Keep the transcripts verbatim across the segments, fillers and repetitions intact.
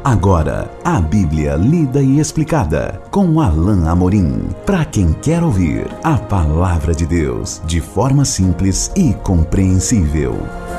Agora, a Bíblia lida e explicada com Alain Amorim. Para quem quer ouvir a Palavra de Deus de forma simples e compreensível.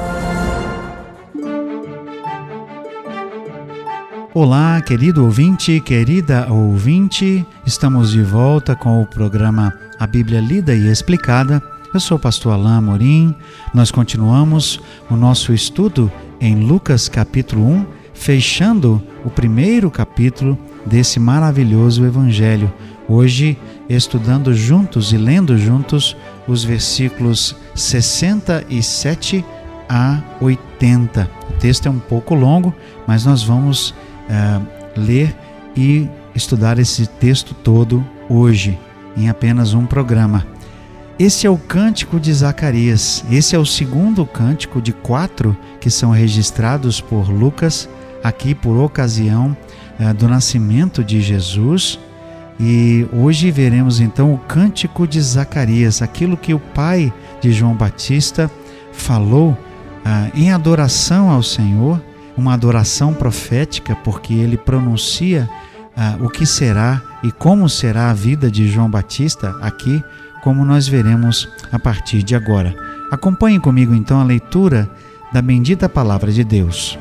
Olá, querido ouvinte, querida ouvinte. Estamos de volta com o programa A Bíblia Lida e Explicada. Eu sou o pastor Alain Amorim. Nós continuamos o nosso estudo em Lucas capítulo um, fechando o primeiro capítulo desse maravilhoso evangelho. Hoje, estudando juntos e lendo juntos os versículos sessenta e sete a oitenta. O texto é um pouco longo, mas nós vamos uh, ler e estudar esse texto todo hoje, em apenas um programa. Esse é o cântico de Zacarias. Esse é o segundo cântico de quatro que são registrados por Lucas, aqui por ocasião eh, do nascimento de Jesus. E hoje veremos então o cântico de Zacarias, aquilo que o pai de João Batista falou ah, em adoração ao Senhor, uma adoração profética, porque ele pronuncia ah, o que será e como será a vida de João Batista aqui, como nós veremos a partir de agora. Acompanhem comigo então a leitura da bendita palavra de Deus.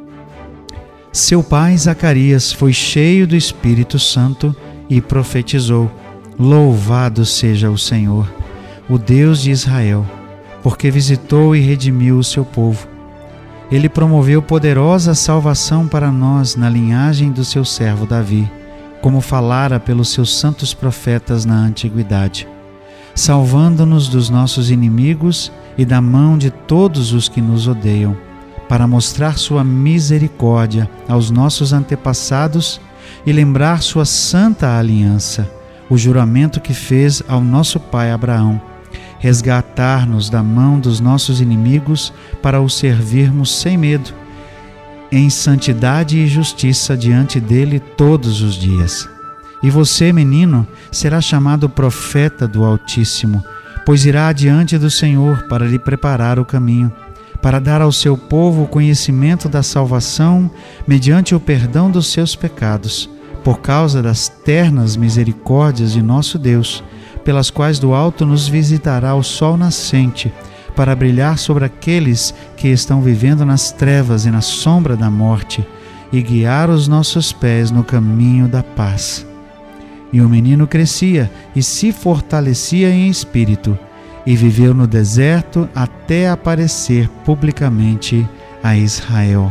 Seu pai Zacarias foi cheio do Espírito Santo e profetizou: Louvado seja o Senhor, o Deus de Israel, porque visitou e redimiu o seu povo. Ele promoveu poderosa salvação para nós na linhagem do seu servo Davi, como falara pelos seus santos profetas na antiguidade, salvando-nos dos nossos inimigos e da mão de todos os que nos odeiam, para mostrar sua misericórdia aos nossos antepassados e lembrar sua santa aliança, o juramento que fez ao nosso pai Abraão, resgatar-nos da mão dos nossos inimigos para o servirmos sem medo, em santidade e justiça diante dele todos os dias. E você, menino, será chamado profeta do Altíssimo, pois irá adiante do Senhor para lhe preparar o caminho, para dar ao seu povo o conhecimento da salvação mediante o perdão dos seus pecados, por causa das ternas misericórdias de nosso Deus, pelas quais do alto nos visitará o sol nascente, para brilhar sobre aqueles que estão vivendo nas trevas e na sombra da morte, e guiar os nossos pés no caminho da paz. E o menino crescia e se fortalecia em espírito, e viveu no deserto até aparecer publicamente a Israel.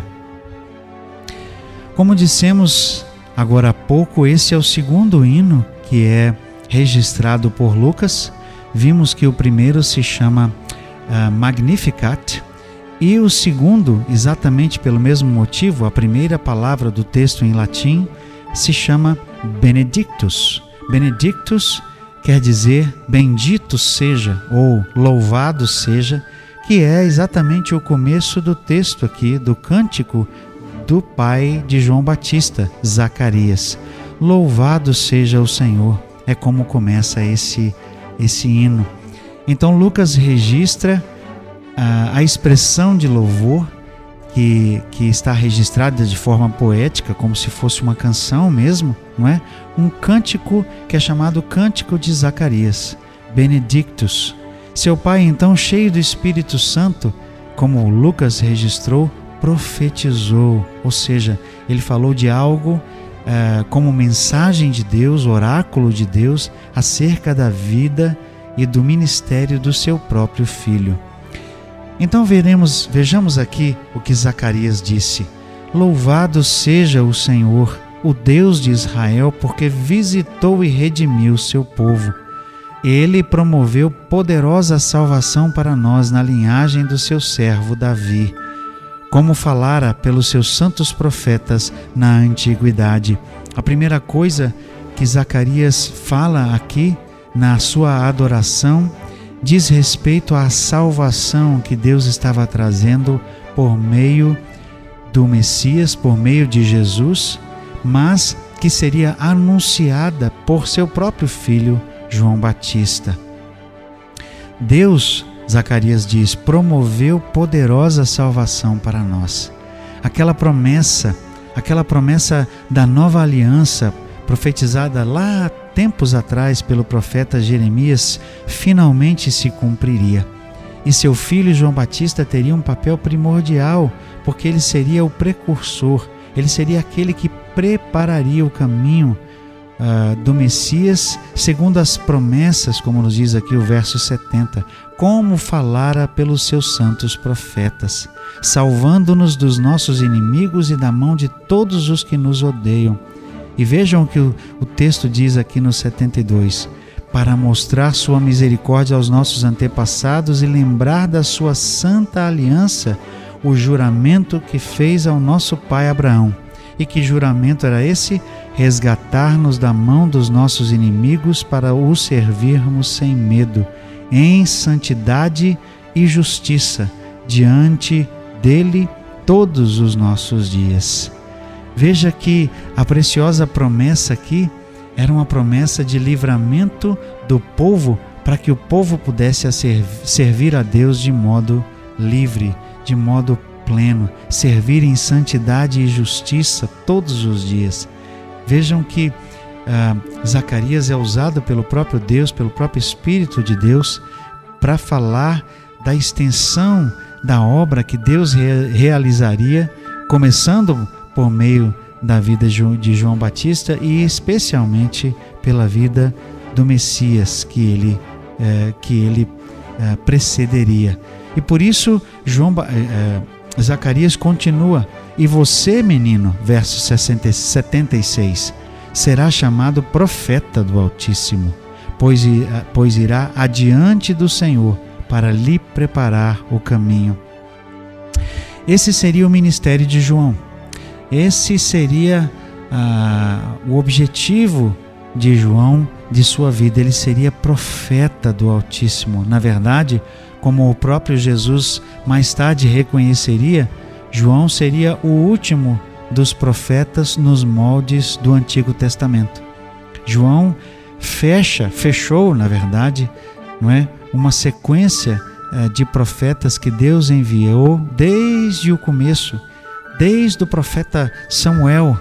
Como dissemos agora há pouco, esse é o segundo hino que é registrado por Lucas. Vimos que o primeiro se chama uh, Magnificat, e o segundo, exatamente pelo mesmo motivo, a primeira palavra do texto em latim se chama Benedictus. Benedictus quer dizer bendito seja ou louvado seja, que é exatamente o começo do texto aqui, do cântico do pai de João Batista, Zacarias. Louvado seja o Senhor, é como começa esse, esse hino. Então Lucas registra a, a expressão de louvor que, que está registrada de forma poética, como se fosse uma canção mesmo, não é? Um cântico que é chamado Cântico de Zacarias, Benedictus. Seu pai, então, cheio do Espírito Santo, como Lucas registrou, profetizou, ou seja, ele falou de algo eh, como mensagem de Deus, oráculo de Deus, acerca da vida e do ministério do seu próprio filho. Então veremos, vejamos aqui o que Zacarias disse: Louvado seja o Senhor, o Deus de Israel, porque visitou e redimiu o seu povo. Ele promoveu poderosa salvação para nós na linhagem do seu servo Davi, como falara pelos seus santos profetas na antiguidade. A primeira coisa que Zacarias fala aqui na sua adoração diz respeito à salvação que Deus estava trazendo por meio do Messias, por meio de Jesus, mas que seria anunciada por seu próprio filho, João Batista. Deus, Zacarias diz, promoveu poderosa salvação para nós. Aquela promessa aquela promessa da nova aliança profetizada lá tempos atrás pelo profeta Jeremias finalmente se cumpriria. E seu filho João Batista teria um papel primordial, porque ele seria o precursor, ele seria aquele que prepararia o caminho uh, do Messias, segundo as promessas, como nos diz aqui o verso setenta, como falara pelos seus santos profetas, salvando-nos dos nossos inimigos e da mão de todos os que nos odeiam. E vejam o que o, o texto diz aqui no setenta e dois, para mostrar sua misericórdia aos nossos antepassados e lembrar da sua santa aliança, o juramento que fez ao nosso pai Abraão. E que juramento era esse? Resgatar-nos da mão dos nossos inimigos para o servirmos sem medo, em santidade e justiça, diante dele todos os nossos dias. Veja que a preciosa promessa aqui era uma promessa de livramento do povo, para que o povo pudesse servir a Deus de modo livre, de modo pleno, servir em santidade e justiça todos os dias. Vejam que ah, Zacarias é usado pelo próprio Deus, pelo próprio Espírito de Deus, para falar da extensão da obra que Deus re- realizaria, começando por meio da vida de João Batista e especialmente pela vida do Messias que ele, eh, que ele eh, precederia. E por isso João, eh, Zacarias continua: e você, menino, verso setenta e seis, será chamado profeta do Altíssimo, pois, pois irá adiante do Senhor para lhe preparar o caminho. Esse seria o ministério de João. Esse seria ah, o objetivo de João, de sua vida. Ele seria profeta do Altíssimo. Na verdade, como o próprio Jesus mais tarde reconheceria, João seria o último dos profetas nos moldes do Antigo Testamento. João fecha, fechou, na verdade, não é, uma sequência eh, de profetas que Deus enviou desde o começo, desde o profeta Samuel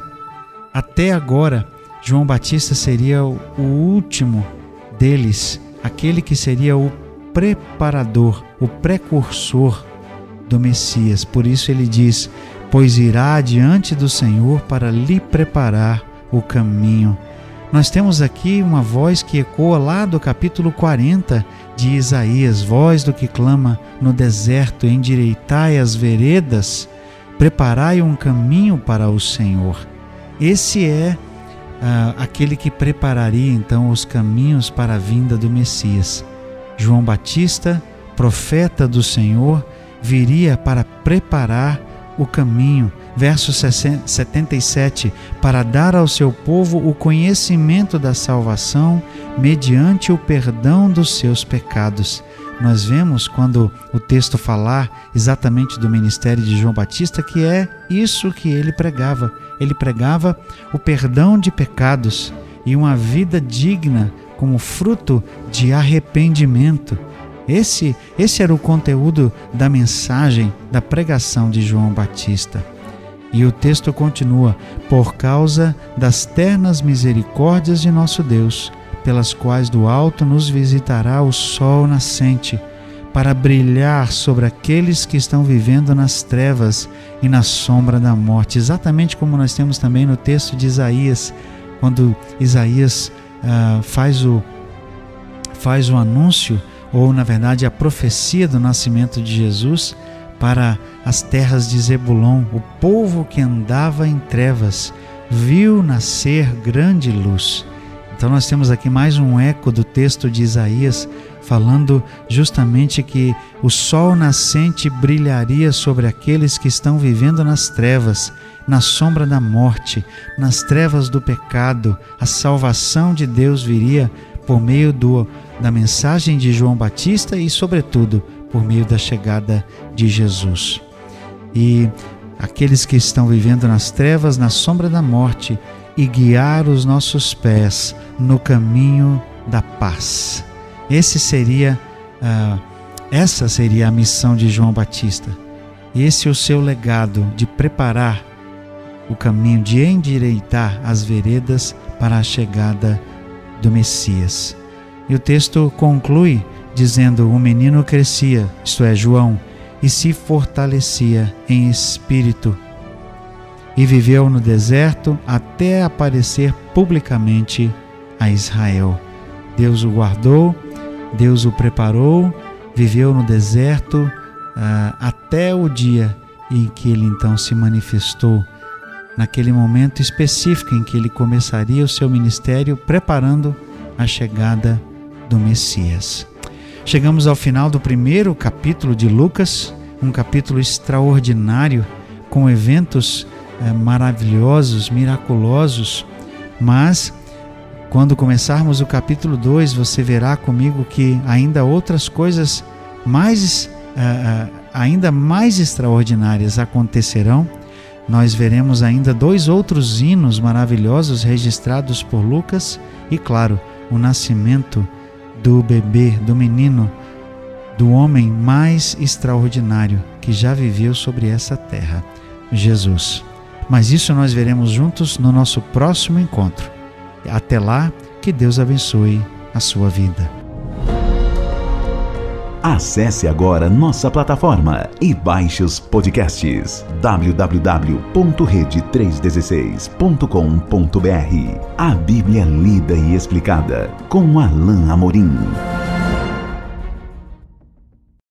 até agora. João Batista seria o, o último deles, aquele que seria o preparador, o precursor do Messias. Por isso ele diz: pois irá adiante do Senhor para lhe preparar o caminho. Nós temos aqui uma voz que ecoa lá do capítulo quarenta de Isaías, voz do que clama no deserto: endireitai as veredas, preparai um caminho para o Senhor. Esse é ah, aquele que prepararia então os caminhos para a vinda do Messias. João Batista, profeta do Senhor, viria para preparar o caminho. Verso setenta e sete, para dar ao seu povo o conhecimento da salvação mediante o perdão dos seus pecados. Nós vemos, quando o texto falar exatamente do ministério de João Batista, que é isso que ele pregava. Ele pregava o perdão de pecados e uma vida digna como fruto de arrependimento. Esse, esse era o conteúdo da mensagem, da pregação de João Batista. E o texto continua: por causa das ternas misericórdias de nosso Deus, pelas quais do alto nos visitará o sol nascente, para brilhar sobre aqueles que estão vivendo nas trevas e na sombra da morte. Exatamente como nós temos também no texto de Isaías, quando Isaías ah, faz, o, faz o anúncio, ou na verdade a profecia do nascimento de Jesus para as terras de Zebulon. O povo que andava em trevas viu nascer grande luz. Então nós temos aqui mais um eco do texto de Isaías, falando justamente que o sol nascente brilharia sobre aqueles que estão vivendo nas trevas, na sombra da morte, nas trevas do pecado. A salvação de Deus viria por meio do, da mensagem de João Batista e, sobretudo, por meio da chegada de Jesus. E aqueles que estão vivendo nas trevas, na sombra da morte, e guiar os nossos pés no caminho da paz. Esse seria, uh, essa seria a missão de João Batista. Esse é o seu legado, de preparar o caminho, de endireitar as veredas para a chegada do Messias. E o texto conclui dizendo: o menino crescia, isto é, João, e se fortalecia em espírito, e viveu no deserto até aparecer publicamente a Israel. Deus o guardou, Deus o preparou, viveu no deserto uh, até o dia em que ele então se manifestou, naquele momento específico em que ele começaria o seu ministério, preparando a chegada do Messias. Chegamos ao final do primeiro capítulo de Lucas, um capítulo extraordinário, com eventos eh, maravilhosos, miraculosos, mas quando começarmos o capítulo dois, você verá comigo que ainda outras coisas mais, uh, uh, ainda mais extraordinárias acontecerão. Nós veremos ainda dois outros hinos maravilhosos registrados por Lucas e, claro, o nascimento do bebê, do menino, do homem mais extraordinário que já viveu sobre essa terra, Jesus. Mas isso nós veremos juntos no nosso próximo encontro. Até lá, que Deus abençoe a sua vida. Acesse agora nossa plataforma e baixe os podcasts w w w ponto rede trezentos e dezesseis ponto com ponto b r. A Bíblia lida e explicada com Alain Amorim.